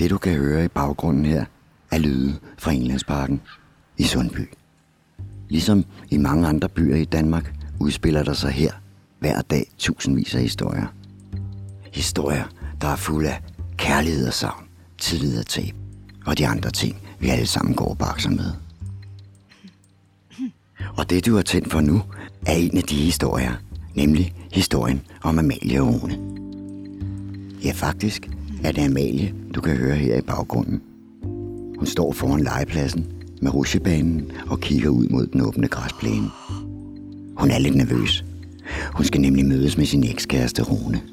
Det du kan høre i baggrunden her er lyde fra Englandsparken i Sundby. Ligesom i mange andre byer i Danmark udspiller der sig her hver dag tusindvis af historier. Historier, der er fulde af kærlighed og savn, tillid og tab og de andre ting, vi alle sammen går og bakser med. Og det du har tændt for nu, er en af de historier, nemlig historien om Amalie og Rune. Ja, faktisk er det Amalie, du kan høre her i baggrunden. Hun står foran legepladsen med rutsjebanen og kigger ud mod den åbne græsplæne. Hun er lidt nervøs. Hun skal nemlig mødes med sin ekskæreste Rune.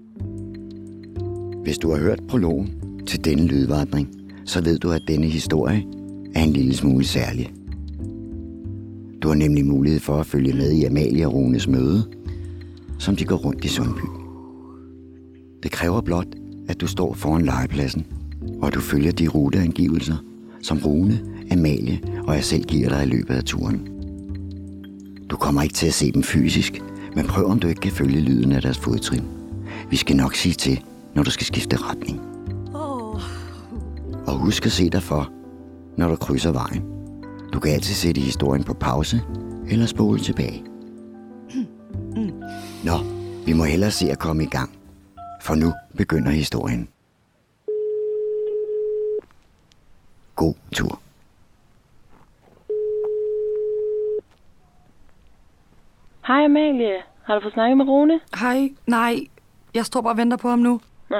Hvis du har hørt prologen til denne lydvandring, så ved du, at denne historie er en lille smule særlig. Du har nemlig mulighed for at følge med i Amalie og Runes møde, som de går rundt i Sundby. Det kræver blot, at du står foran legepladsen, og du følger de ruteangivelser, som Rune, Amalie og jeg selv giver dig i løbet af turen. Du kommer ikke til at se dem fysisk, men prøv om du ikke kan følge lyden af deres fodtrin. Vi skal nok sige til, når du skal skifte retning. Og husk at se dig for, når du krydser vejen. Du kan altid sætte historien på pause eller spole tilbage. Nå, vi må hellere se at komme i gang, for nu begynder historien. God tur. Hej Amalie, har du fået snakket med Rune? Hej, nej, jeg står bare og venter på ham nu. Nå.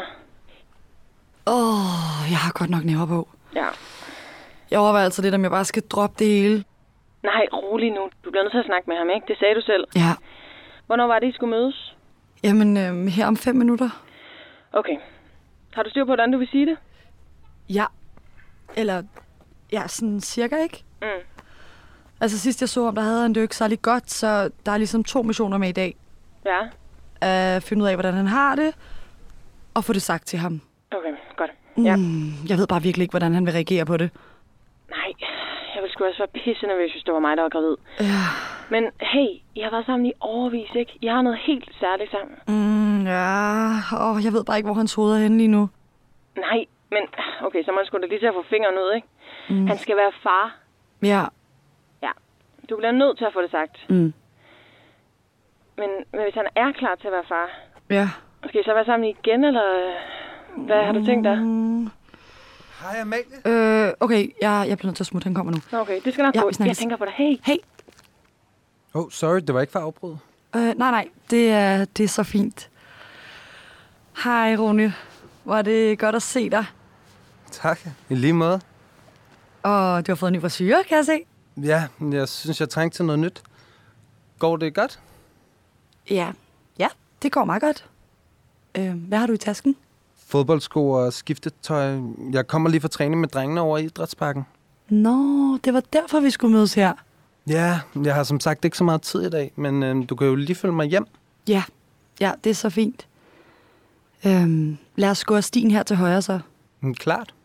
Jeg har godt nok næver på. Ja. Jeg overvejer altså lidt, om jeg bare skal droppe det hele. Nej, rolig nu. Du bliver nødt til at snakke med ham, ikke? Det sagde du selv. Ja. Hvornår var det, I skulle mødes? Jamen, her om 5 minutter. Okay. Har du styr på, hvordan du vil sige det? Ja. Eller, ja, sådan cirka, ikke? Mm. Altså sidst jeg så ham, der havde han det jo ikke særlig godt, så der er ligesom 2 missioner med i dag. Ja. At finde ud af, hvordan han har det, og få det sagt til ham. Okay, godt. Ja. Jeg ved bare virkelig ikke, hvordan han vil reagere på det. Nej, jeg ville sgu også være pissenervøs, hvis det var mig, der var gravid. Ja. Men hey, I har været sammen i årevis, ikke? I har noget helt særligt sammen. Jeg ved bare ikke, hvor hans hoved er henne lige nu. Nej, men okay, så må jeg sgu da lige til at få fingeren ud, ikke? Han skal være far. Ja. Ja, du bliver nødt til at få det sagt. Men hvis han er klar til at være far, Ja. skal I så være sammen igen, eller hvad har du tænkt dig? Hej Amalie. Okay, jeg bliver nødt til at smutte. Han kommer nu. Okay, det skal nok gå. Jeg tænker på dig. Hey. Hey. Sorry, det var ikke for at afbryde. Nej, det er så fint. Hej, Rune. Var det godt at se dig. Tak, i lige måde. Og du har fået en ny frisyre, kan jeg se. Ja, jeg synes, jeg trængte til noget nyt. Går det godt? Ja, det går meget godt. Hvad har du i tasken? Fodboldsko og skiftetøj. Jeg kommer lige fra træning med drengene over i idrætsparken. Nå, det var derfor, vi skulle mødes her. Ja, jeg har som sagt ikke så meget tid i dag, men du kan jo lige følge mig hjem. Ja, det er så fint. Lad os gå af stien her til højre så. Klart.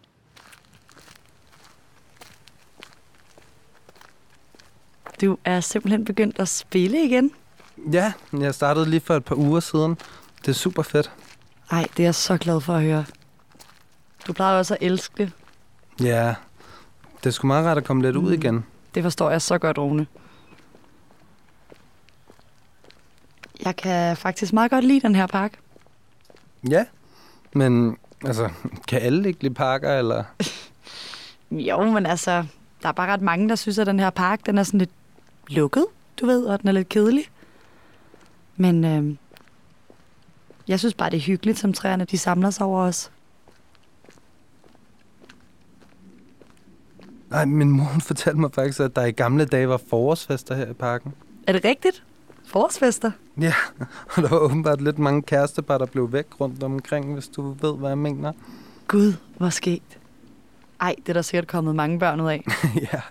Du er simpelthen begyndt at spille igen. Ja, jeg startede lige for et par uger siden. Det er super fedt. Ej, det er jeg så glad for at høre. Du plejer også at elske det. Ja, det er sgu meget rart at komme lidt ud igen. Det forstår jeg så godt, Rune. Jeg kan faktisk meget godt lide den her park. Ja, men altså, kan alle ikke lide parker, eller? Jo, men altså, der er bare ret mange, der synes, at den her park, den er sådan lidt lukket, du ved, og den er lidt kedelig. Men jeg synes bare, det er hyggeligt, som træerne, de samler sig over os. Nej, min mor fortalte mig faktisk, at der i gamle dage var forårsfester her i parken. Er det rigtigt? Forårsfester? Ja, og der var åbenbart lidt mange kærestepar, der blev væk rundt omkring, hvis du ved, hvad jeg mener. Gud, hvor skægt. Ej, det er der sikkert kommet mange børn ud af. Ja.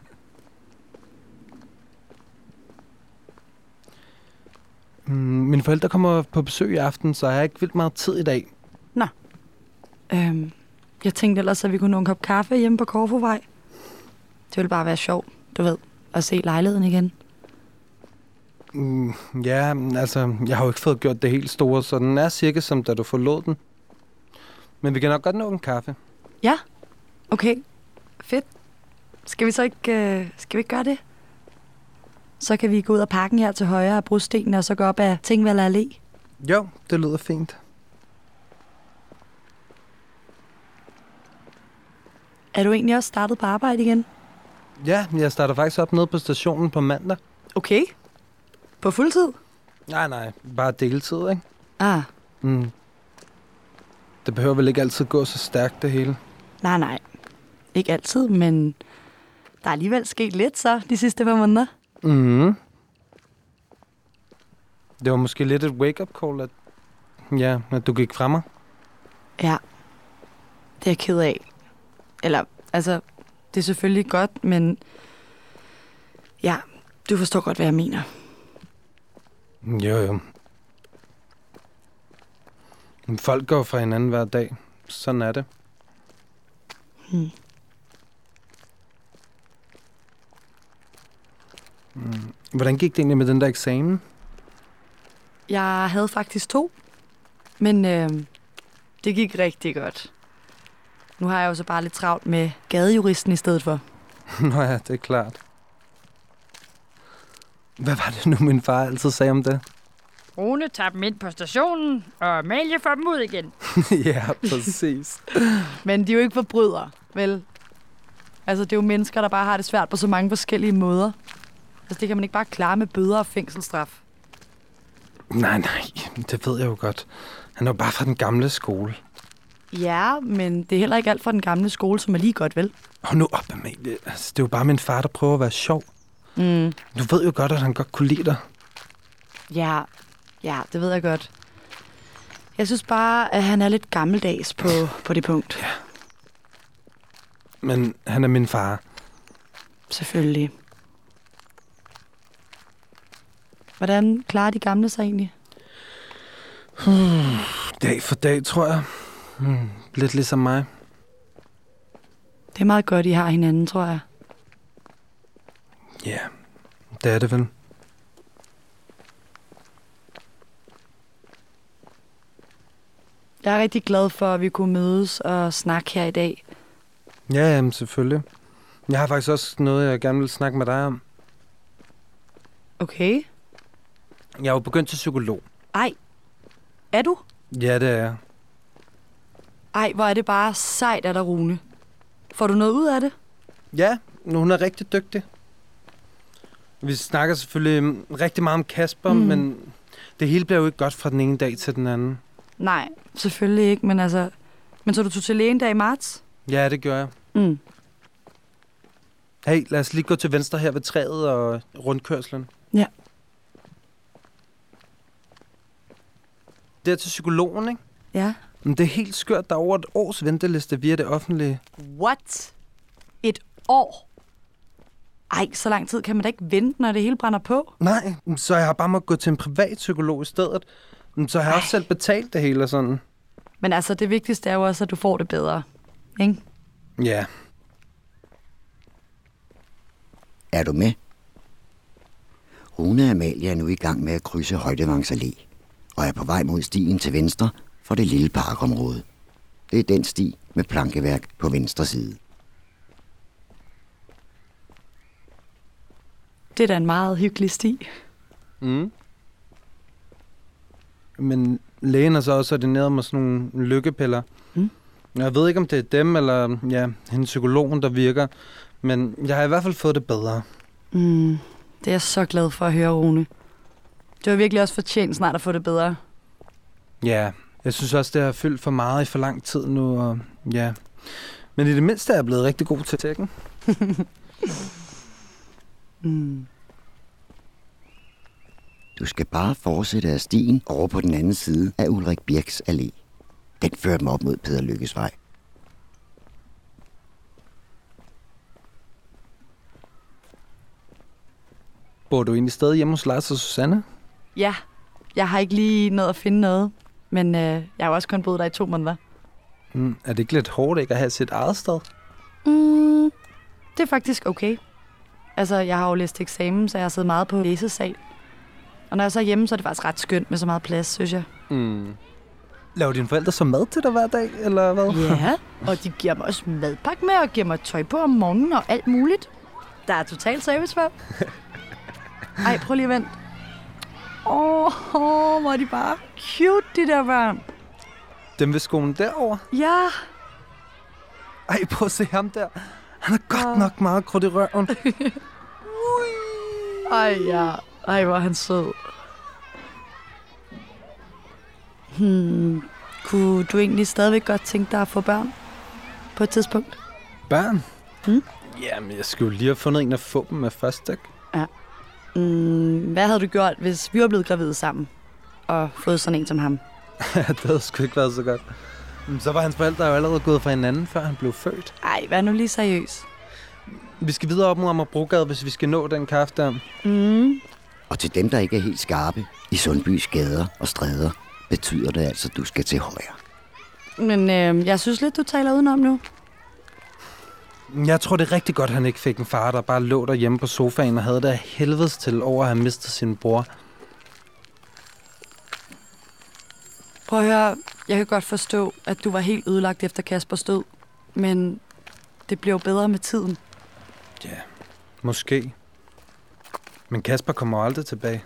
Mine forældre kommer på besøg i aften, så jeg har ikke vildt meget tid i dag. Nå. Jeg tænkte ellers, at vi kunne nå en kop kaffe hjemme på Korfuvej. Det ville bare være sjovt, du ved, at se lejligheden igen. Ja, altså, jeg har jo ikke fået gjort det helt store, så den er cirka som da du forlod den. Men vi kan nok godt nå en kaffe. Ja? Okay. Fedt. Skal vi ikke gøre det? Så kan vi gå ud af parken her til højre af brostenen, og så gå op ad Tingvald Allé. Jo, det lyder fint. Er du egentlig også startet på arbejde igen? Ja, jeg starter faktisk op nede på stationen på mandag. Okay. På fuldtid? Nej, bare deltid, ikke? Ah, Det behøver vel ikke altid gå så stærkt, det hele. nej. Ikke altid, men der er alligevel sket lidt så de sidste par måneder. Mhm. Det var måske lidt et wake-up call, at du gik fra mig. Ja, det er jeg ked af. Eller, altså, det er selvfølgelig godt, men ja, du forstår godt, hvad jeg mener. Jo. Men folk går fra hinanden hver dag. Sådan er det. Hvordan gik det egentlig med den der eksamen? Jeg havde faktisk 2, men det gik rigtig godt. Nu har jeg jo så bare lidt travlt med gadejuristen i stedet for. Nå ja, det er klart. Hvad var det nu, min far altid sagde om det? Rune tager dem ind på stationen, og Amalie får dem ud igen. Ja, præcis. Men de er jo ikke forbrydere, vel? Altså, det er jo mennesker, der bare har det svært på så mange forskellige måder. Altså, det kan man ikke bare klare med bøder og fængselsstraf. Nej, det ved jeg jo godt. Han er jo bare fra den gamle skole. Ja, men det er heller ikke alt fra den gamle skole, som er lige godt, vel? Og nu op, Amalie. Altså, det er jo bare min far, der prøver at være sjov. Du ved jo godt, at han godt kunne lide dig. Ja, det ved jeg godt. Jeg synes bare, at han er lidt gammeldags på det punkt. Ja. Men han er min far. Selvfølgelig. Hvordan klarer de gamle sig egentlig? Dag for dag, tror jeg. Lidt ligesom mig. Det er meget godt, I har hinanden, tror jeg. Ja, det er det vel. Jeg er rigtig glad for, at vi kunne mødes og snakke her i dag. Ja, jamen, selvfølgelig. Jeg har faktisk også noget, jeg gerne vil snakke med dig om. Okay. Jeg er jo begyndt til psykolog. Ej, er du? Ja, det er jeg. Ej, hvor er det bare sejt af dig, Rune. Får du noget ud af det? Ja, hun er rigtig dygtig. Vi snakker selvfølgelig rigtig meget om Kasper, men det hele bliver jo ikke godt fra den ene dag til den anden. Nej, selvfølgelig ikke, men altså... Men så du tog til lægen der i marts? Ja, det gør jeg. Hey, lad os lige gå til venstre her ved træet og rundkørslen. Ja. Det er til psykologen, ikke? Ja. Men det er helt skørt. Der er over et års venteliste via det offentlige. What? Et år? Ej, så lang tid kan man da ikke vente, når det hele brænder på. Nej, så jeg har bare måttet gå til en privat psykolog i stedet. Så har jeg også selv betalt det hele og sådan. Men altså, det vigtigste er jo også, at du får det bedre. Ikke? Ja. Er du med? Rune og Amalie er nu i gang med at krydse Højdevangs Allé og er på vej mod stien til venstre for det lille parkområde. Det er den sti med plankeværk på venstre side. Det er da en meget hyggelig sti. Men lægen har så også ordineret mig sådan nogle lykkepiller. Jeg ved ikke, om det er dem eller hende psykologen, der virker. Men jeg har i hvert fald fået det bedre. Det er jeg så glad for at høre, Rune. Du har virkelig også fortjent snart at få det bedre. Ja, jeg synes også, det har fyldt for meget i for lang tid nu. Og ja. Men i det mindste er jeg blevet rigtig god til tækken. Du skal bare fortsætte af stien over på den anden side af Ulrik Birks Allé. Den fører dem op mod Peder Lykkes vej. Bor du egentlig stadig hjemme hos Lars og Susanne? Ja, jeg har ikke lige nået at finde noget. Men jeg har jo også kun boet der i 2 måneder. Er det ikke lidt hårdt ikke at have sit eget sted? Det er faktisk okay. Altså, jeg har jo læst eksamen, så jeg har siddet meget på læsesal. Og når jeg så er hjemme, så er det faktisk ret skønt med så meget plads, synes jeg. Laver dine forældre så mad til dig hver dag, eller hvad? Ja, og de giver mig også madpakke med og giver mig tøj på om morgenen og alt muligt. Der er total service for. Ej, prøv lige at vente. Hvor er de bare cute, de der børn. Dem ved skolen derovre? Ja. Ej, prøv at se ham der. Han er godt nok meget krudt i røven. Ej, ja. Ej, hvor er han sød. Kunne du egentlig stadigvæk godt tænke dig at få børn på et tidspunkt? Børn? Jamen, jeg skulle jo lige have fundet en at få dem med først, ikke? Ja. Hvad havde du gjort, hvis vi var blevet gravide sammen og fået sådan en som ham? Det havde sgu ikke været så godt. Så var hans forældre jo allerede gået fra hinanden, før han blev født. Ej, vær nu lige seriøs. Vi skal videre op mod Amagerbrogade, hvis vi skal nå den kaffe der. Og til dem, der ikke er helt skarpe i Sundbys gader og stræder, betyder det altså, at du skal til højre. Men jeg synes lidt, du taler udenom nu. Jeg tror, det er rigtig godt, at han ikke fik en far, der bare lå derhjemme på sofaen og havde det af helvedes til over at have mistet sin bror. Prøv at høre, jeg kan godt forstå, at du var helt ødelagt efter Kaspers død. Men det blev bedre med tiden. Ja, måske. Men Kasper kommer aldrig tilbage.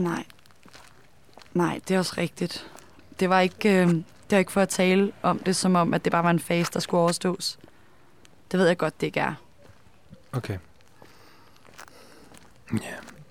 Nej, det er også rigtigt. Det var ikke for at tale om det, som om, at det bare var en fase, der skulle overstås. Det ved jeg godt, det ikke er. Okay. Ja.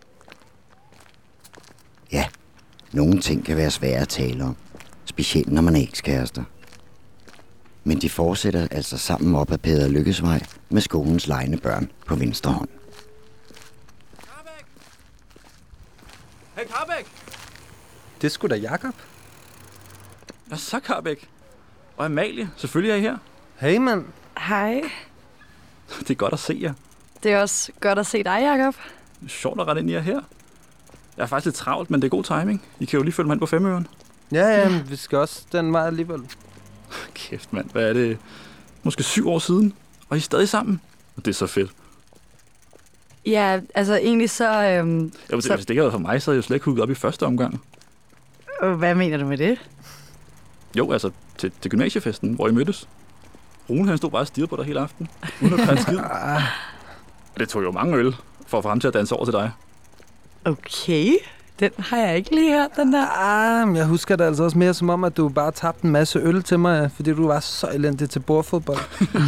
Ja, nogle ting kan være svære at tale om. Specielt når man er ekskærester. Men de fortsætter altså sammen op ad Peder Lykkesvej med skolens legende børn på venstre hånd. Karbæk! Hey, Karbæk! Det er sgu da Jakob. Hvad så, Karbæk? Og Amalie, selvfølgelig er I her. Hey, mand. Hej. Det er godt at se jer. Det er også godt at se dig, Jakob. Sjovt at rette ind i jer her. Jeg er faktisk lidt travlt, men det er god timing. I kan jo lige følge mig ind på Femøren. Ja, vi skal også den vej alligevel. Kæft, mand. Hvad er det? Måske 7 år siden. Og I er stadig sammen. Det er så fedt. Ja, altså egentlig så... Hvis det ikke havde været for mig, så havde jeg jo slet ikke hugget op i første omgang. Hvad mener du med det? Jo, altså til gymnasiefesten, hvor I mødtes. Rune, han stod bare og stirrede på dig hele aften, uden at gøre en skid. Det tog jo mange øl, for at få ham til at danse over til dig. Okay, den har jeg ikke lige hørt, den der. Men jeg husker det altså også mere som om, at du bare tabte en masse øl til mig, fordi du var så elendig til bordfodbold.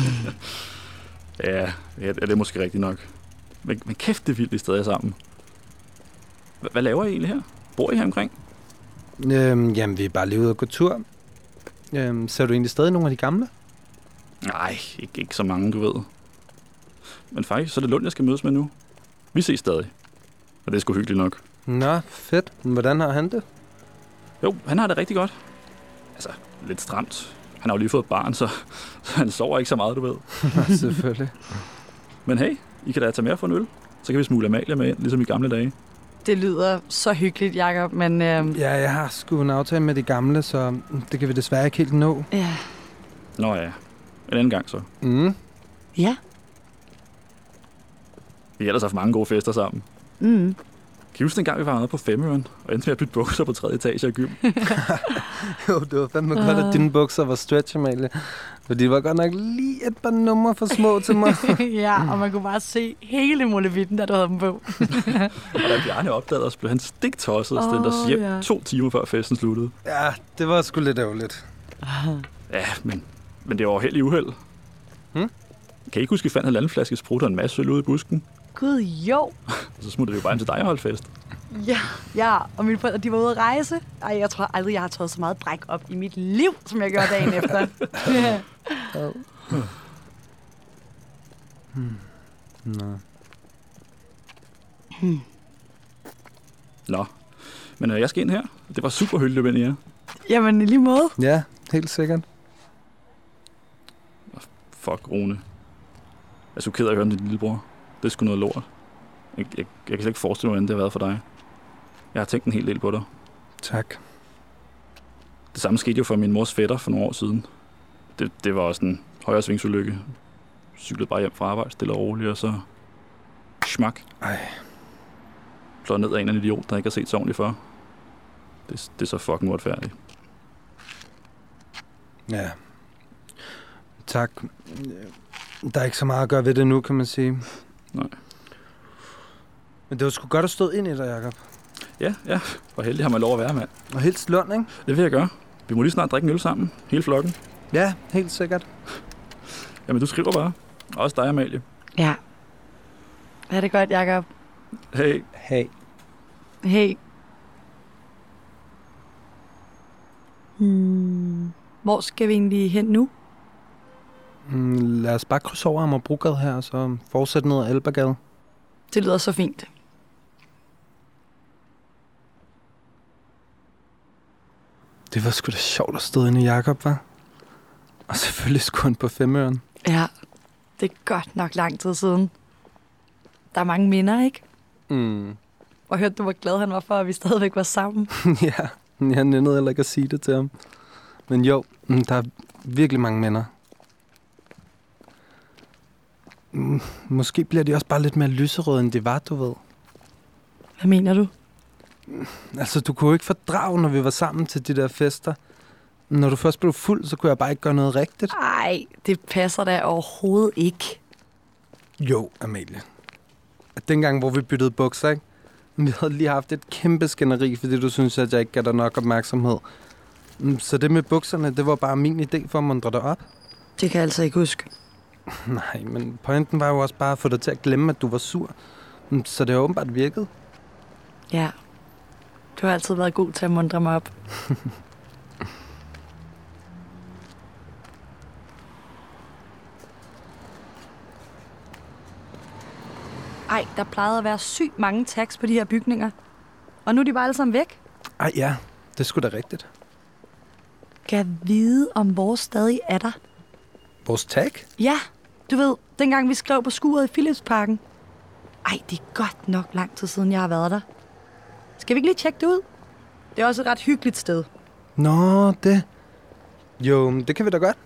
Ja, det er måske rigtigt nok. Men kæft, det er vildt, I stadig er sammen. Hvad laver I egentlig her? Bor I her omkring? Jamen, vi er bare lige ude og gå tur. Ser du egentlig stadig nogle af de gamle? Nej, ikke så mange, du ved. Men faktisk, så er det Lund, jeg skal mødes med nu. Vi ses stadig. Og det er sgu hyggeligt nok. Nå, fedt. Hvordan har han det? Jo, han har det rigtig godt. Altså, lidt stramt. Han har jo lige fået et barn, så han sover ikke så meget, du ved. Selvfølgelig. Men hey, I kan da tage med for en øl. Så kan vi smule Amalie med ind, ligesom i gamle dage. Det lyder så hyggeligt, Jakob, men... Ja, jeg har sgu en aftale med de gamle, så det kan vi desværre ikke helt nå. Ja. Nå ja, en anden gang så. Ja. Vi har ellers haft mange gode fester sammen. Kan I huske dengang, vi var nede på Femøren og endte med at bytte bukser på 3. etage af gym? Jo, det var fandme godt, at dine bukser var stretch, Amalie. For de var godt nok lige et par numre for små til mig. Ja, og man kunne bare se hele molevitten, da du havde dem på. Og da Bjarne opdagede os, blev han stiktosset og stillede os hjem 2 timer før festen sluttede. Ja, det var sgu lidt ærgerligt. Ja, men det var jo held i uheld. Kan I ikke huske, at vi fandt en anden flaske sprut og en masse øl ude i busken? Gud, jo. Og så smuttede vi jo bare ind til dig og holde fest. Ja, og mine forældre, de var ude at rejse. Ej, jeg tror aldrig, jeg har taget så meget bræk op i mit liv, som jeg gjorde dagen efter. Nå, men jeg skal ind her. Det var super hyggeligt at vende jer. Jamen, i lige måde. Ja, helt sikkert. Fuck, Rune. Jeg er så ked af at høre om din lillebror. Det er sgu noget lort. Jeg kan slet ikke forestille mig, hvordan det har været for dig. Jeg har tænkt en hel del på dig. Tak. Det samme skete jo for min mors fætter for nogle år siden. Det var også en højre svingsulykke. Cyklede bare hjem fra arbejde, stille og roligt, og så... Smak. Pløjet ned af en idiot, der ikke har set så ordentligt før. Det er så fucking uretfærdigt. Ja. Tak. Der er ikke så meget at gøre ved det nu, kan man sige. Nej. Men det var sgu godt at stå ind i dig, Jacob. Ja. Hvor heldig har man lov at være, mand. Og helst Lund, ikke? Det vil jeg gøre. Vi må lige snart drikke en øl sammen. Hele flokken. Ja, helt sikkert. Jamen, du skriver bare. Også dig, Amalie. Ja. Er det godt, Jacob? Hey. Hey. Hey. Hvor skal vi egentlig hen nu? Lad os bare krydse over Amagerbrogade her, og så fortsætte ned ad Elbergade. Det lyder så fint. Det var sgu da sjovt at stå inde i Jacob, hva'? Og selvfølgelig skulle han på Femøren. Ja, det er godt nok lang tid siden. Der er mange minder, ikke? Og hørte du, hvor glad han var for, at vi stadigvæk var sammen? Ja, jeg nændede heller ikke at sige det til ham. Men jo, der er virkelig mange minder. Måske bliver de også bare lidt mere lyserøde, end de var, du ved. Hvad mener du? Altså, du kunne jo ikke fordrage, når vi var sammen til de der fester. Når du først blev fuld, så kunne jeg bare ikke gøre noget rigtigt. Ej, det passer da overhovedet ikke. Jo, Amalie. At dengang, hvor vi byttede bukser, ikke? Vi havde lige haft et kæmpe skænderi, fordi du synes, at jeg ikke gav dig nok opmærksomhed. Så det med bukserne, det var bare min idé for at muntre dig op. Det kan jeg altså ikke huske. Nej, men pointen var jo også bare at få dig til at glemme, at du var sur. Så det har åbenbart virket. Ja, du har altid været god til at muntre mig op. Ej, der plejede at være sygt mange tags på de her bygninger. Og nu er de bare alle sammen væk. Ej ja, det er sgu da rigtigt. Kan jeg vide, om vores stadig er der? Vores tag? Ja, du ved, dengang vi skrev på skuret i Philipsparken. Ej, det er godt nok lang tid siden, jeg har været der. Skal vi ikke lige tjekke det ud? Det er også et ret hyggeligt sted. Nå, det... Jo, det kan vi da godt.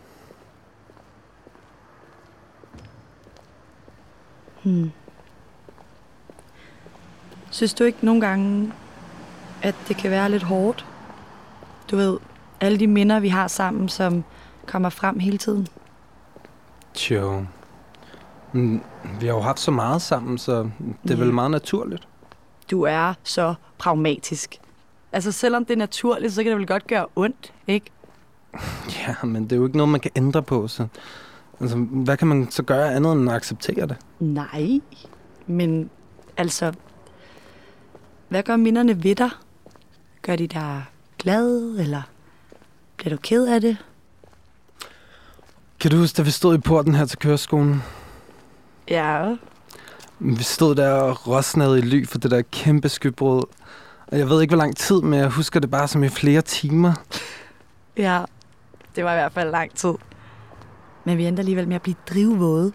Synes du ikke nogle gange, at det kan være lidt hårdt? Du ved, alle de minder, vi har sammen, som kommer frem hele tiden. Jo. Vi har jo haft så meget sammen, så det er vel meget naturligt. Du er så pragmatisk. Altså, selvom det er naturligt, så kan det vel godt gøre ondt, ikke? Ja, men det er jo ikke noget, man kan ændre på, så... Altså, hvad kan man så gøre andet end at acceptere det? Nej, men altså... Hvad gør minderne ved dig? Gør de dig glad, eller bliver du ked af det? Kan du huske, da vi stod i porten her til køreskolen? Ja. Vi stod der og rosnede i ly for det der kæmpe skybrud. Og jeg ved ikke, hvor lang tid, men jeg husker det bare som i flere timer. Ja, det var i hvert fald lang tid. Men vi endte alligevel med at blive drivvåde.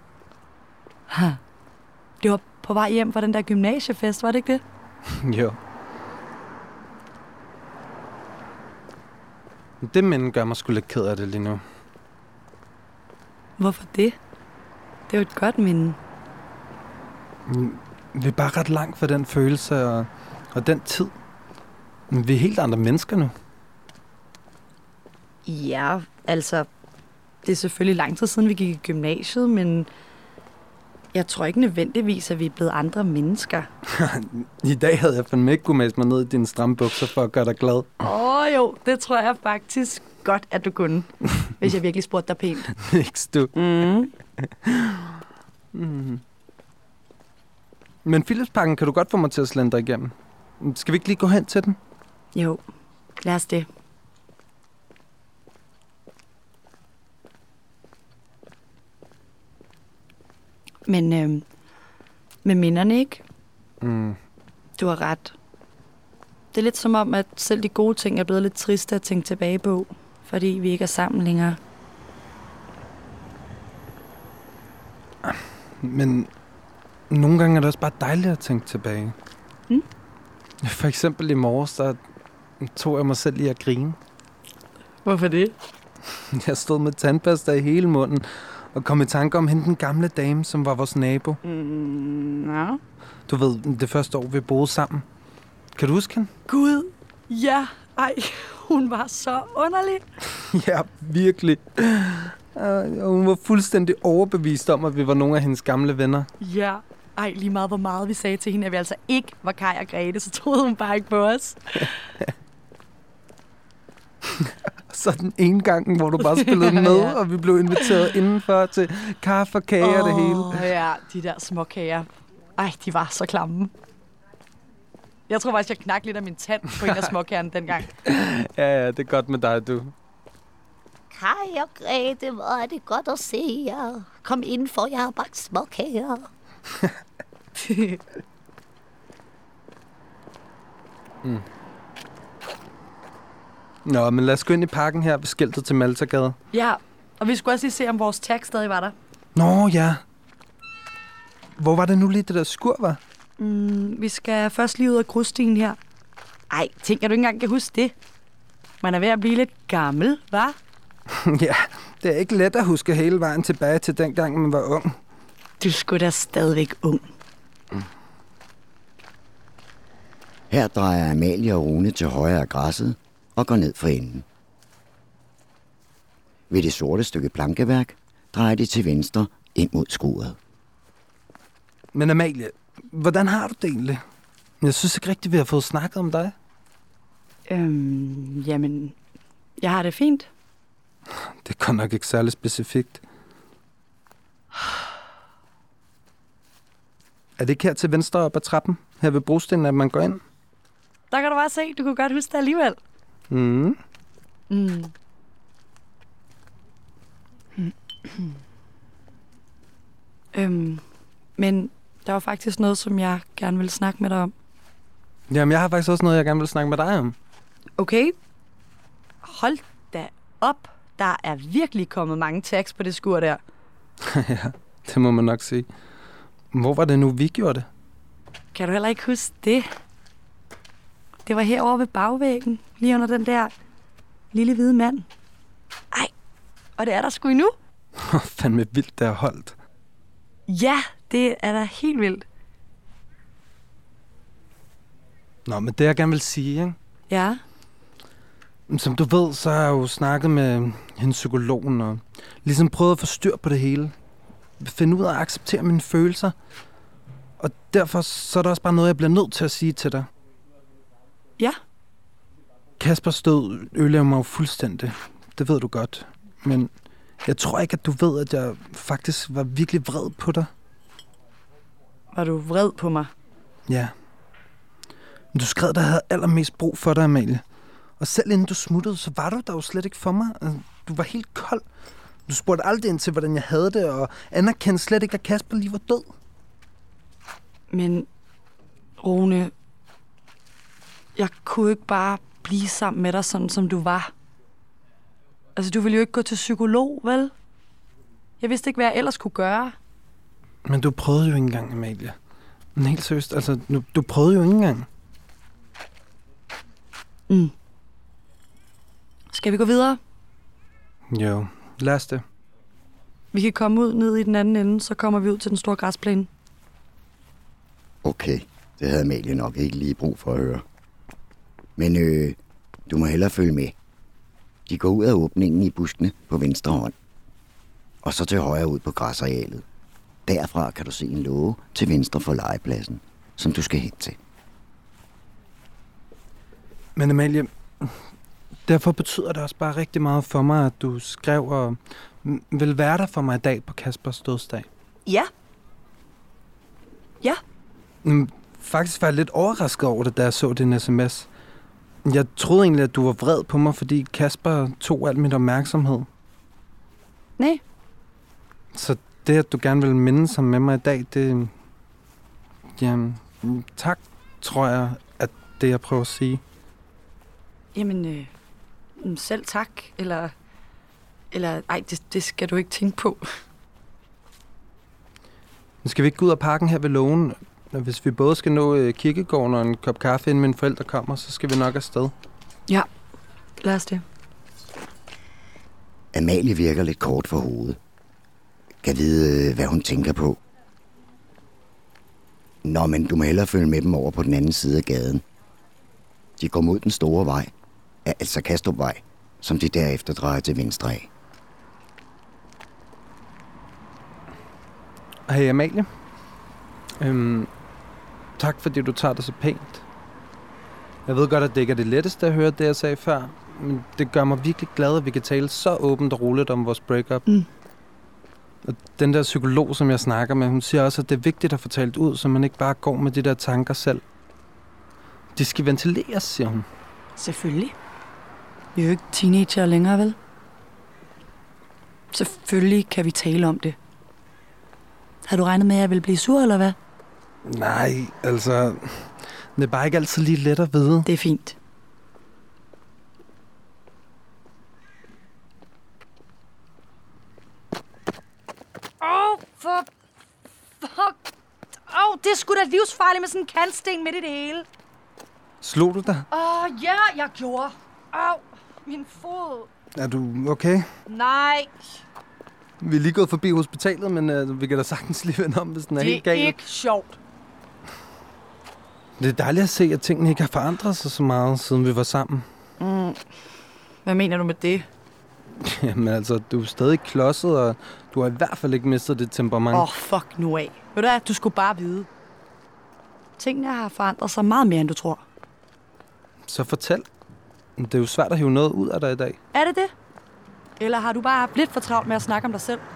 Det var på vej hjem fra den der gymnasiefest, var det ikke det? Jo. Det minde gør mig sgu lidt ked af det lige nu. Hvorfor det? Det er jo et godt minde. Vi er bare ret langt fra den følelse og den tid. Vi er helt andre mennesker nu. Ja, altså... Det er selvfølgelig lang tid siden, vi gik i gymnasiet, men... Jeg tror ikke nødvendigvis, at vi er blevet andre mennesker. I dag havde jeg fandme ikke kunne mase mig ned i dine stramme bukser for at gøre dig glad. Jo, det tror jeg faktisk godt, at du kunne. Hvis jeg virkelig spurgte dig pænt. Ikke du? Men Philipsparken kan du godt få mig til at slendre igennem. Skal vi ikke lige gå hen til den? Jo, lad os det. Men med minderne, ikke? Du har ret. Det er lidt som om, at selv de gode ting er blevet lidt triste at tænke tilbage på, fordi vi ikke er sammen længere. Men nogle gange er det også bare dejligt at tænke tilbage. For eksempel i morges, der tog jeg mig selv i at grine. Hvorfor det? Jeg stod med tandpasta i hele munden og kom i tanke om hende, den gamle dame, som var vores nabo. Ja. Du ved, det første år, vi boede sammen. Kan du huske hende? Gud, ja. Ej, hun var så underlig. Ja, virkelig. Og hun var fuldstændig overbevist om, at vi var nogle af hendes gamle venner. Ja. Ej, lige meget hvor meget vi sagde til hende, at vi altså ikke var Kai og Grete, så troede hun bare ikke på os. Så den ene gang, hvor du bare spillede med, ja. Og vi blev inviteret indenfor til kaffe og kage og det hele. Ja, de der småkager. Ej, de var så klamme. Jeg tror faktisk, jeg knakte lidt af min tand på en af småkagerne dengang. Ja, det er godt med dig, du. Kai og Grete, hvor er det godt at se jer. Kom ind, for jeg har bagt småkager. Nå, men lad os gå ind i parken her ved skiltet til Maltagade. Ja, og vi skulle også lige se, om vores tag stadig var der. Nå, ja. Hvor var det nu lige, det der skur var? Vi skal først lige ud af grusstien her. Ej, tænk, at du ikke engang kan huske det. Man er ved at blive lidt gammel, hva'? Ja, det er ikke let at huske hele vejen tilbage til dengang, man var ung. Du er sgu da stadigvæk ung. Her drejer Amalie og Rune til højre af græsset og går ned for enden. Ved det sorte stykke plankeværk drejer de til venstre ind mod skuret. Men Amalie, hvordan har du det egentlig? Jeg synes ikke rigtigt, vi har fået snakket om dig. Jamen, jeg har det fint. Det er godt nok ikke særlig specifikt. Er det ikke her til venstre op ad trappen? Her ved brostenen, at man går ind? Der kan du bare se, du kunne godt huske det alligevel. Men der var faktisk noget, som jeg gerne ville snakke med dig om. Jamen, jeg har faktisk også noget, jeg gerne vil snakke med dig om. Okay. Hold da op. Der er virkelig kommet mange tags på det skur der. Ja, det må man nok sige. Hvor var det nu, vi gjorde det? Kan du heller ikke huske det? Det var herovre ved bagvæggen, lige under den der lille hvide mand. Ej, og det er der sgu endnu. Fandme vildt, der er holdt. Ja, det er da helt vildt. Nå, men det jeg gerne vil sige, ikke? Ja. Som du ved, så har jeg jo snakket med hendes psykologen og ligesom prøvet at få styr på det hele. Finde ud af at acceptere mine følelser. Og derfor så er der også bare noget, jeg bliver nødt til at sige til dig. Ja. Kaspers død ødelægger mig jo fuldstændig. Det ved du godt. Men jeg tror ikke, at du ved, at jeg faktisk var virkelig vred på dig. Var du vred på mig? Ja. Men du skrev, at jeg havde allermest brug for dig, Amalie. Og selv inden du smuttede, så var du der jo slet ikke for mig. Du var helt kold. Du spurgte aldrig ind til, hvordan jeg havde det, og anerkendte slet ikke, at Kasper lige var død. Men, Rune, jeg kunne ikke bare blive sammen med dig, sådan som du var. Altså, du ville jo ikke gå til psykolog, vel? Jeg vidste ikke, hvad jeg ellers kunne gøre. Men du prøvede jo ikke engang, Amalie. Men helt seriøst, altså, du prøvede jo ikke engang. Skal vi gå videre? Jo, lad os det. Vi kan komme ud ned i den anden ende, så kommer vi ud til den store græsplæne. Okay, det havde Amalie nok ikke lige brug for at høre. Men du må hellere følge med. De går ud af åbningen i buskene på venstre hånd. Og så til højre ud på græsarealet. Derfra kan du se en låge til venstre for legepladsen, som du skal hen til. Men Amalie, derfor betyder det også bare rigtig meget for mig, at du skrev og vil være der for mig i dag på Kaspers dødsdag. Ja. Ja. Faktisk var jeg lidt overrasket over det, da jeg så din sms. Jeg troede egentlig, at du var vred på mig, fordi Kasper tog al min opmærksomhed. Nej. Så det, at du gerne vil minde sig med mig i dag, det... Jamen, tak, tror jeg, at det, jeg prøver at sige. Jamen, selv tak, eller ej, det skal du ikke tænke på. Nu skal vi ikke gå ud af parken her ved lågen. Hvis vi både skal nå kirkegården og en kop kaffe, inden mine forældre kommer, så skal vi nok afsted. Ja, lad os det. Amalie virker lidt kort for hovedet. Kan vide, hvad hun tænker på. Nå, men du må hellere følge med dem over på den anden side af gaden. De går mod den store vej, altså Kastrupvej, som de derefter drejer til venstre af. Hej Amalie. Tak fordi du tager det så pænt. Jeg ved godt, at det ikke er det letteste at høre det, jeg sagde før, men det gør mig virkelig glad, at vi kan tale så åbent og roligt om vores breakup. Og den der psykolog, som jeg snakker med, hun siger også, at det er vigtigt at få talt ud, så man ikke bare går med de der tanker selv. De skal ventileres, siger hun. Selvfølgelig. Vi er jo ikke teenager længere, vel? Selvfølgelig kan vi tale om det. Har du regnet med, at jeg vil blive sur, eller hvad? Nej, altså... Det er bare ikke altid lige let at vide. Det er fint. Det er sgu da livsfarligt med sådan en kantsten midt i det hele. Slog du dig? Ja, jeg gjorde. Min fod. Er du okay? Nej. Vi er lige gået forbi hospitalet, men vi kan da sagtens lige vende om, hvis den er helt galt. Det er ikke sjovt. Det er dejligt at se, at tingene ikke har forandret sig så meget, siden vi var sammen. Hvad mener du med det? Jamen altså, du er stadig klodset, og du har i hvert fald ikke mistet dit temperament. Fuck nu af. Ved du hvad, du skulle bare vide. Tingene har forandret sig meget mere, end du tror. Så fortæl. Det er jo svært at hive noget ud af dig i dag. Er det det? Eller har du bare haft lidt for travlt med at snakke om dig selv?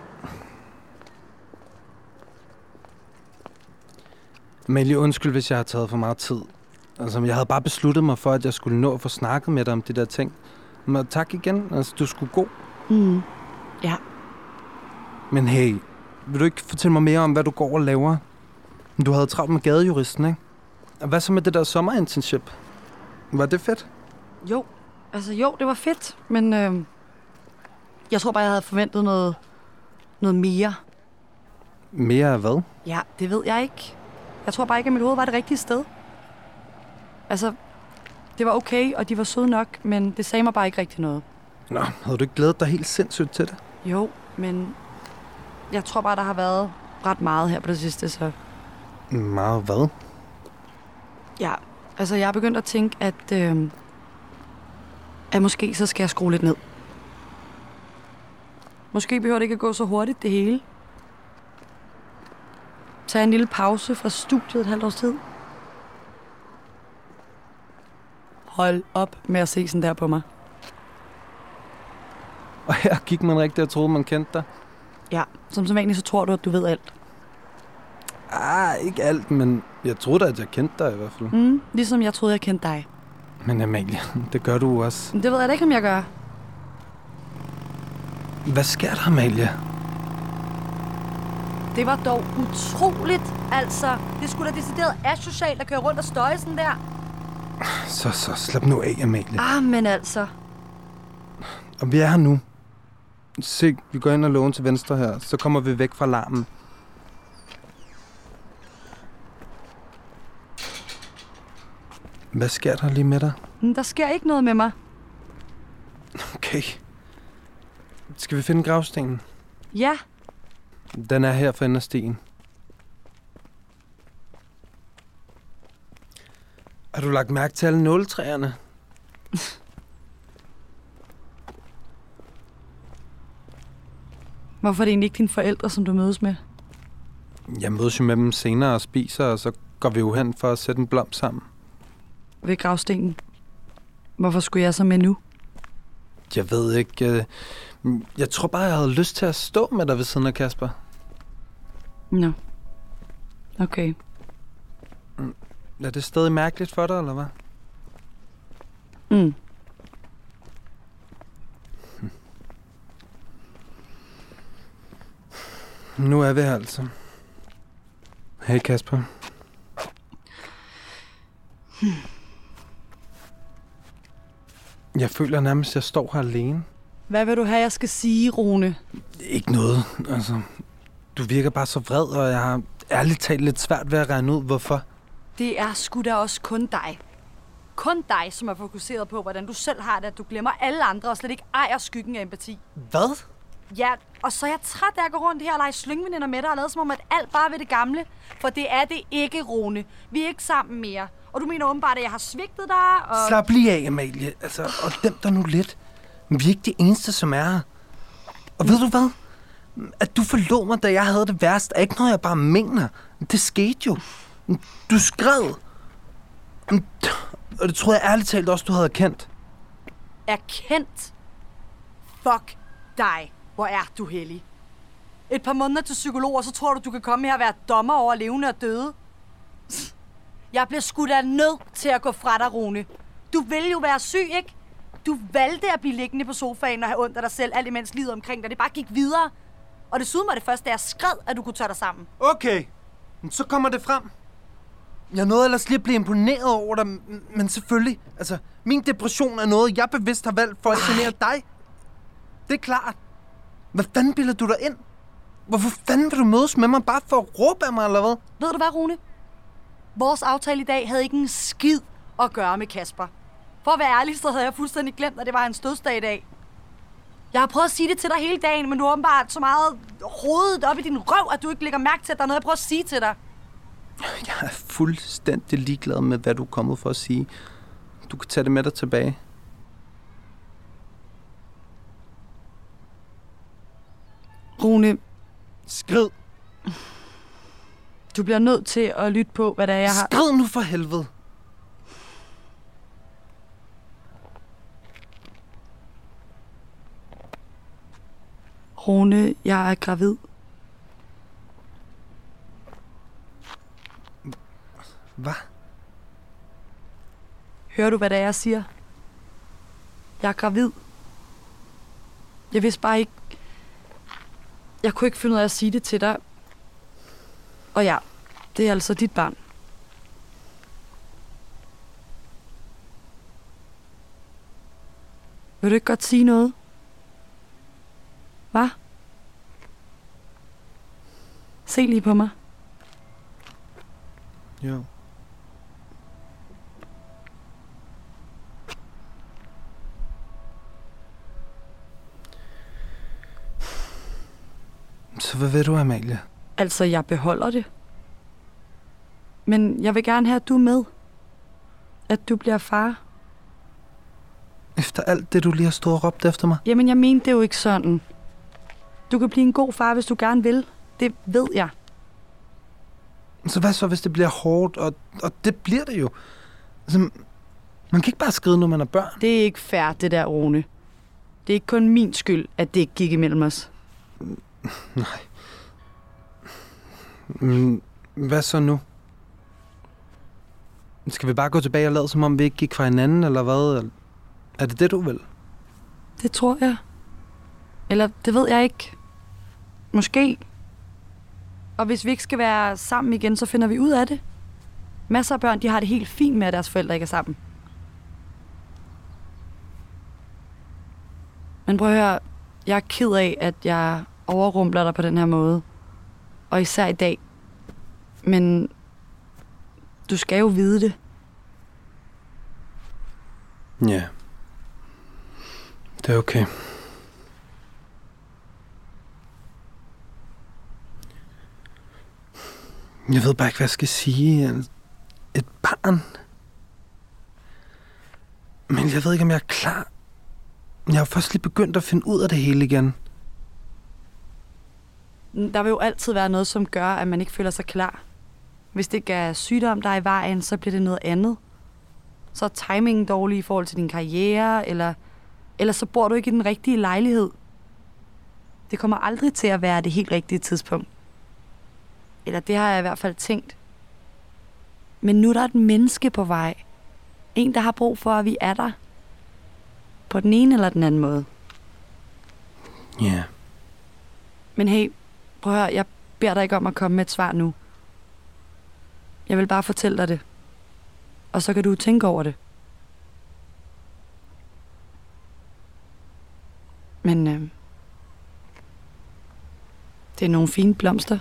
Amalie, undskyld, hvis jeg har taget for meget tid. Altså, jeg havde bare besluttet mig for, at jeg skulle nå at få snakket med dig om de der ting. Men tak igen. Altså, du skulle gå. Ja. Men hey, vil du ikke fortælle mig mere om, hvad du går og laver? Du havde travlt med gadejuristen, ikke? Og hvad så med det der sommerinternship? Var det fedt? Jo, det var fedt, men jeg tror bare, jeg havde forventet noget mere. Mere af hvad? Ja, det ved jeg ikke. Jeg tror bare ikke, at mit hoved var det rigtige sted. Altså, det var okay, og de var søde nok, men det sagde mig bare ikke rigtig noget. Nå, havde du ikke glædet dig helt sindssygt til det? Jo, men jeg tror bare, der har været ret meget her på det sidste, så... Meget hvad? Ja, altså jeg er begyndt at tænke, at måske så skal jeg skrue lidt ned. Måske behøver det ikke at gå så hurtigt, det hele. Tag en lille pause fra studiet et halvt års tid. Hold op med at se sådan der på mig. Og her gik man rigtigt og troede, man kendte dig. Ja, som vanligt så tror du, at du ved alt. Ikke alt, men jeg troede at jeg kendte dig i hvert fald. Ligesom jeg troede, jeg kendte dig. Men Amalie, det gør du også. Det ved jeg da ikke, om jeg gør. Hvad sker der, Amalie? Det var dog utroligt, altså. Det skulle da decideret asocialt at køre rundt og støje sådan der. Så slap nu af, Amalie. Men altså. Og vi er her nu. Se, vi går ind og låner til venstre her, så kommer vi væk fra larmen. Hvad sker der lige med dig? Der sker ikke noget med mig. Okay. Skal vi finde gravstenen? Ja. Den er her for enden af stien. Har du lagt mærke til alle nåletræerne? Hvorfor er det egentlig ikke dine forældre, som du mødes med? Jeg mødes jo med dem senere og spiser, og så går vi jo hen for at sætte en blomst sammen. Ved gravstenen. Hvorfor skulle jeg så med nu? Jeg ved ikke. Jeg tror bare, jeg havde lyst til at stå med dig ved siden af Kasper. Nå. Okay. Er det stadig mærkeligt for dig, eller hvad? Nu er vi her altså. Hej Kasper. Jeg føler nærmest, at jeg står her alene. Hvad vil du have, jeg skal sige, Rune? Ikke noget. Altså, du virker bare så vred, og jeg har ærligt talt lidt svært ved at regne ud, hvorfor. Det er sgu da også kun dig. Kun dig, som er fokuseret på, hvordan du selv har det, at du glemmer alle andre og slet ikke ejer skyggen af empati. Hvad? Ja, og så er jeg træt af at gå rundt her og lege slyngveninder med dig og lade som om, at alt bare ved det gamle. For det er det ikke, Rune. Vi er ikke sammen mere. Og du mener åbenbart, at jeg har svigtet dig, og... Slap lige af, Amalie. Altså, og dæmp dig nu lidt. Men vi er ikke de eneste, som er her. Og ved du hvad? At du forlod mig, da jeg havde det værst, er ikke noget, jeg bare mener. Det skete jo. Du skred. Og det troede jeg ærligt talt også, du havde erkendt. Erkendt? Fuck dig. Hvor er du heldig. Et par måneder til psykolog, og så tror du kan komme her og være dommer over levende og døde? Jeg bliver sgu da nødt til at gå fra dig, Rune. Du vil jo være syg, ikke? Du valgte at blive liggende på sofaen og have ondt af dig selv, alt imens livet omkring dig. Det bare gik videre. Og desuden var det først, da jeg skred, at du kunne tage dig sammen. Okay, så kommer det frem. Jeg nåede ellers lige at blive imponeret over dig, men selvfølgelig. Altså, min depression er noget, jeg bevidst har valgt for at genere dig. Det er klart. Hvad fanden bilder du dig ind? Hvorfor fanden vil du mødes med mig bare for at råbe af mig, eller hvad? Ved du hvad, Rune? Vores aftale i dag havde ikke en skid at gøre med Kasper. For at være ærlig, så havde jeg fuldstændig glemt, at det var hans dødsdag i dag. Jeg har prøvet at sige det til dig hele dagen, men du har åbenbart så meget hovedet op i din røv, at du ikke lægger mærke til, at der er noget, jeg prøver at sige til dig. Jeg er fuldstændig ligeglad med, hvad du er kommet for at sige. Du kan tage det med dig tilbage. Rune. Skrid. Du bliver nødt til at lytte på, hvad det er, jeg har... Skrid nu for helvede. Rune, jeg er gravid. Hvad? Hører du, hvad det er, jeg siger? Jeg er gravid. Jeg vidste bare ikke... Jeg kunne ikke finde ud af at sige det til dig. Og ja, det er altså dit barn. Vil du ikke godt sige noget? Hvad? Se lige på mig. Jo. Så hvad ved du, Amalie? Altså, jeg beholder det. Men jeg vil gerne have, at du er med. At du bliver far. Efter alt det, du lige har stået og råbt efter mig? Jamen, jeg mente det jo ikke sådan. Du kan blive en god far, hvis du gerne vil. Det ved jeg. Så hvad så, hvis det bliver hårdt? Og det bliver det jo. Altså, man kan ikke bare skride, når man er børn. Det er ikke fair, det der, Rune. Det er ikke kun min skyld, at det ikke gik imellem os. Nej. Hvad så nu? Skal vi bare gå tilbage og lade, som om vi ikke gik fra hinanden, eller hvad? Er det det, du vil? Det tror jeg. Eller det ved jeg ikke. Måske. Og hvis vi ikke skal være sammen igen, så finder vi ud af det. Masser af børn, de har det helt fint med, at deres forældre ikke er sammen. Men prøv at høre, jeg er ked af, at jeg overrumpler dig på den her måde. Og især i dag. Men du skal jo vide det. Ja. Det er okay. Jeg ved bare ikke, hvad jeg skal sige. Et barn. Men jeg ved ikke, om jeg er klar. Jeg har først lige begyndt at finde ud af det hele igen. Der vil jo altid være noget, som gør, at man ikke føler sig klar. Hvis det ikke er sygdom, der er i vejen, så bliver det noget andet. Så er timingen dårlig i forhold til din karriere, eller så bor du ikke i den rigtige lejlighed. Det kommer aldrig til at være det helt rigtige tidspunkt. Eller det har jeg i hvert fald tænkt. Men nu er der et menneske på vej. En, der har brug for, at vi er der. På den ene eller den anden måde. Ja. Yeah. Men hey, prøv at høre, jeg beder dig ikke om at komme med et svar nu. Jeg vil bare fortælle dig det. Og så kan du tænke over det. Men det er nogle fine blomster.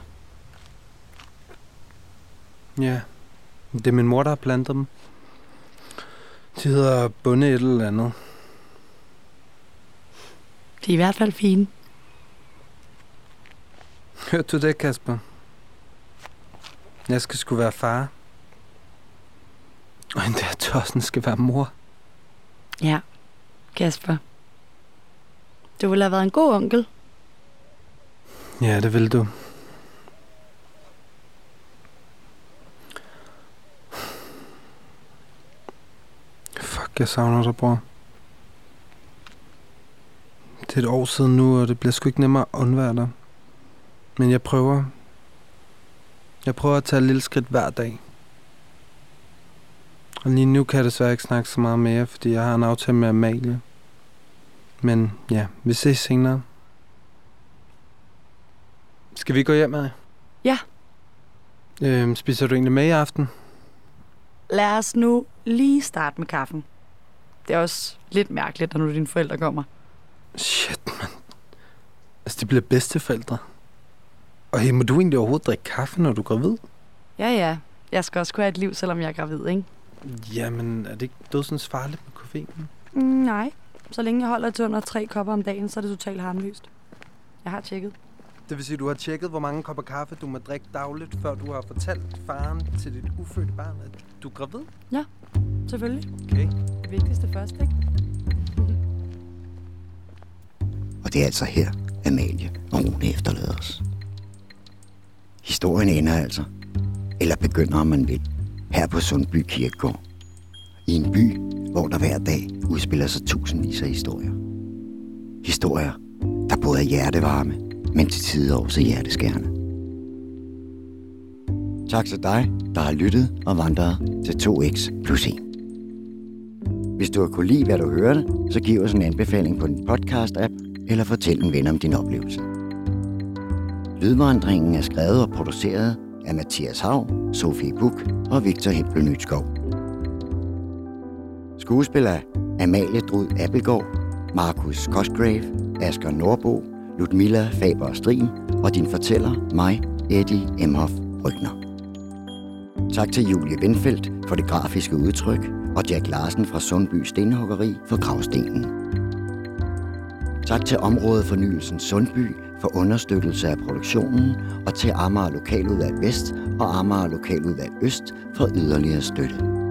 Ja, det er min mor, der har plantet dem. De hedder Bunde et eller andet. De er i hvert fald fine. Hørte du det, Kasper? Jeg skal sgu være far. Og den der tossen skal være mor. Ja, Kasper. Du ville have været en god onkel. Ja, det vil du. Fuck, jeg savner dig, bror. Det er et år siden nu, og det bliver sgu ikke nemmere at undvære dig. Men jeg prøver. Jeg prøver at tage et lille skridt hver dag. Og lige nu kan jeg desværre ikke snakke så meget mere, fordi jeg har en aftale med Amalie. Men ja, vi ses senere. Skal vi gå hjem med? Ja. Spiser du egentlig med i aften? Lad os nu lige starte med kaffen. Det er også lidt mærkeligt, når nu dine forældre kommer. Shit, mand. Altså, de bliver bedsteforældre. Og hey, må du egentlig overhovedet drikke kaffe, når du er gravid? Ja. Jeg skal også kunne have et liv, selvom jeg er gravid, ikke? Jamen, er det ikke dødsens farligt med koffein? Nej. Så længe jeg holder til under 3 kopper om dagen, så er det totalt harmløst. Jeg har tjekket. Det vil sige, at du har tjekket, hvor mange kopper kaffe du må drikke dagligt, før du har fortalt faren til dit ufødte barn, at du er gravid? Ja, selvfølgelig. Okay. Det vigtigste først, ikke? Og det er altså her, Amalie og Rune efterlader os. Historien ender altså, eller begynder, om man vil, her på Sundby Kirkegård. I en by, hvor der hver dag udspiller sig tusindvis af historier. Historier, der både er hjertevarme, men til tider også hjerteskærende. Tak til dig, der har lyttet og vandret til 2x plus 1. Hvis du har kunne lide, hvad du hørte, så giv os en anbefaling på din podcast-app, eller fortæl en ven om din oplevelse. Lydvandringen er skrevet og produceret af Mathias Hav, Sofie Buch og Victor Hempel Nytskov. Skuespiller Amalie Drud Appelgaard, Markus Cosgrave, Asger Nordbo, Ludmilla Faber Strien og din fortæller, mig, Eddie Emhoff Brygner. Tak til Julie Windfeldt for det grafiske udtryk, og Jack Larsen fra Sundby Stenhuggeri for gravstenen. Tak til Områdefornyelsen Sundby for understøttelse af produktionen, og til Amager Lokaludvalg Vest og Amager Lokaludvalg Øst for yderligere støtte.